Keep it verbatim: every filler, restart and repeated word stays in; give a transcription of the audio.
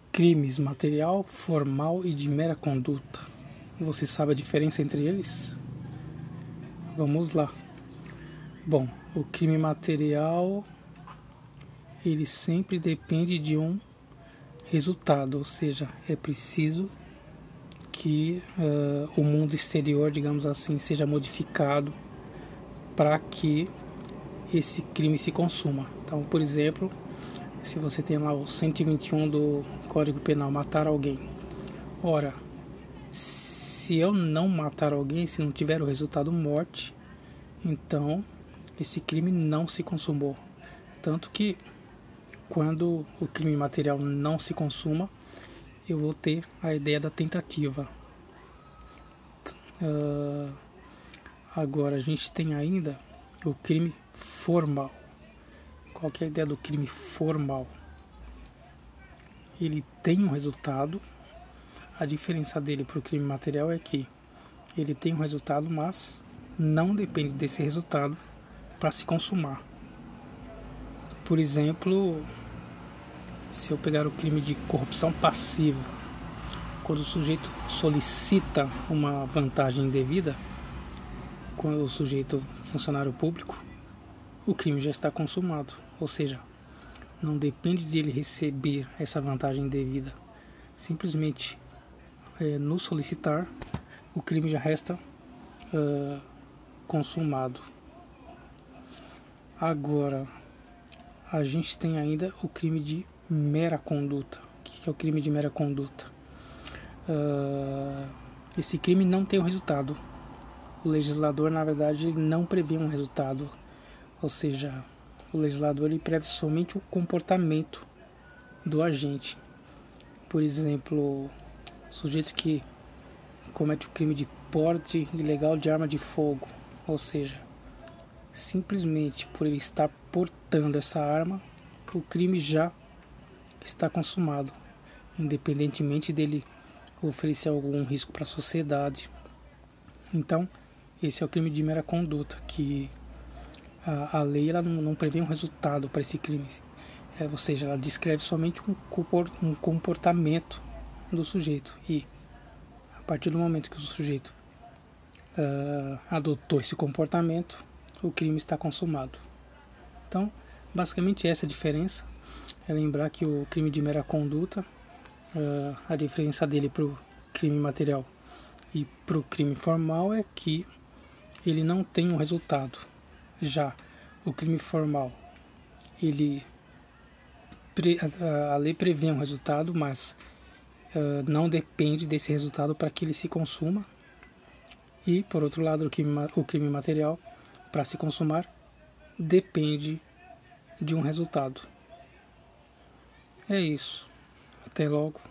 crimes material, formal e de mera conduta. Você sabe a diferença entre eles? Vamos lá. Bom, o crime material, ele sempre depende de um resultado, ou seja, é preciso que uh, o mundo exterior, digamos assim, seja modificado para que esse crime se consuma. Então, por exemplo, se você tem lá o cento e vinte e um do Código Penal, matar alguém. Ora, se eu não matar alguém, se não tiver o resultado morte, então esse crime não se consumou. Tanto que quando o crime material não se consuma, eu vou ter a ideia da tentativa. Uh, agora a gente tem ainda o crime formal. Qual que é a ideia do crime formal? Ele tem um resultado. A diferença dele para o crime material é que ele tem um resultado, mas não depende desse resultado para se consumar. Por exemplo, se eu pegar o crime de corrupção passiva, quando o sujeito solicita uma vantagem indevida, quando o sujeito funcionário público, o crime já está consumado, ou seja, não depende de ele receber essa vantagem indevida. Simplesmente é, no solicitar, o crime já resta uh, consumado. Agora, a gente tem ainda o crime de mera conduta. O que é o crime de mera conduta? Uh, esse crime não tem um resultado. O legislador, na verdade, ele não prevê um resultado. Ou seja, o legislador ele prevê somente o comportamento do agente. Por exemplo, o sujeito que comete o crime de porte ilegal de arma de fogo. Ou seja, simplesmente por ele estar portando essa arma, o crime já está consumado, independentemente dele oferecer algum risco para a sociedade. Então, esse é o crime de mera conduta, que a, a lei ela não, não prevê um resultado para esse crime, é, ou seja, ela descreve somente um, um comportamento do sujeito, e a partir do momento que o sujeito uh, adotou esse comportamento, o crime está consumado. Então, basicamente essa é a diferença. É lembrar que o crime de mera conduta, uh, a diferença dele para o crime material e para o crime formal é que ele não tem um resultado. Já o crime formal, ele a, a lei prevê um resultado, mas uh, não depende desse resultado para que ele se consuma. E, por outro lado, o crime, o crime material, para se consumar, depende de um resultado. É isso. Até logo.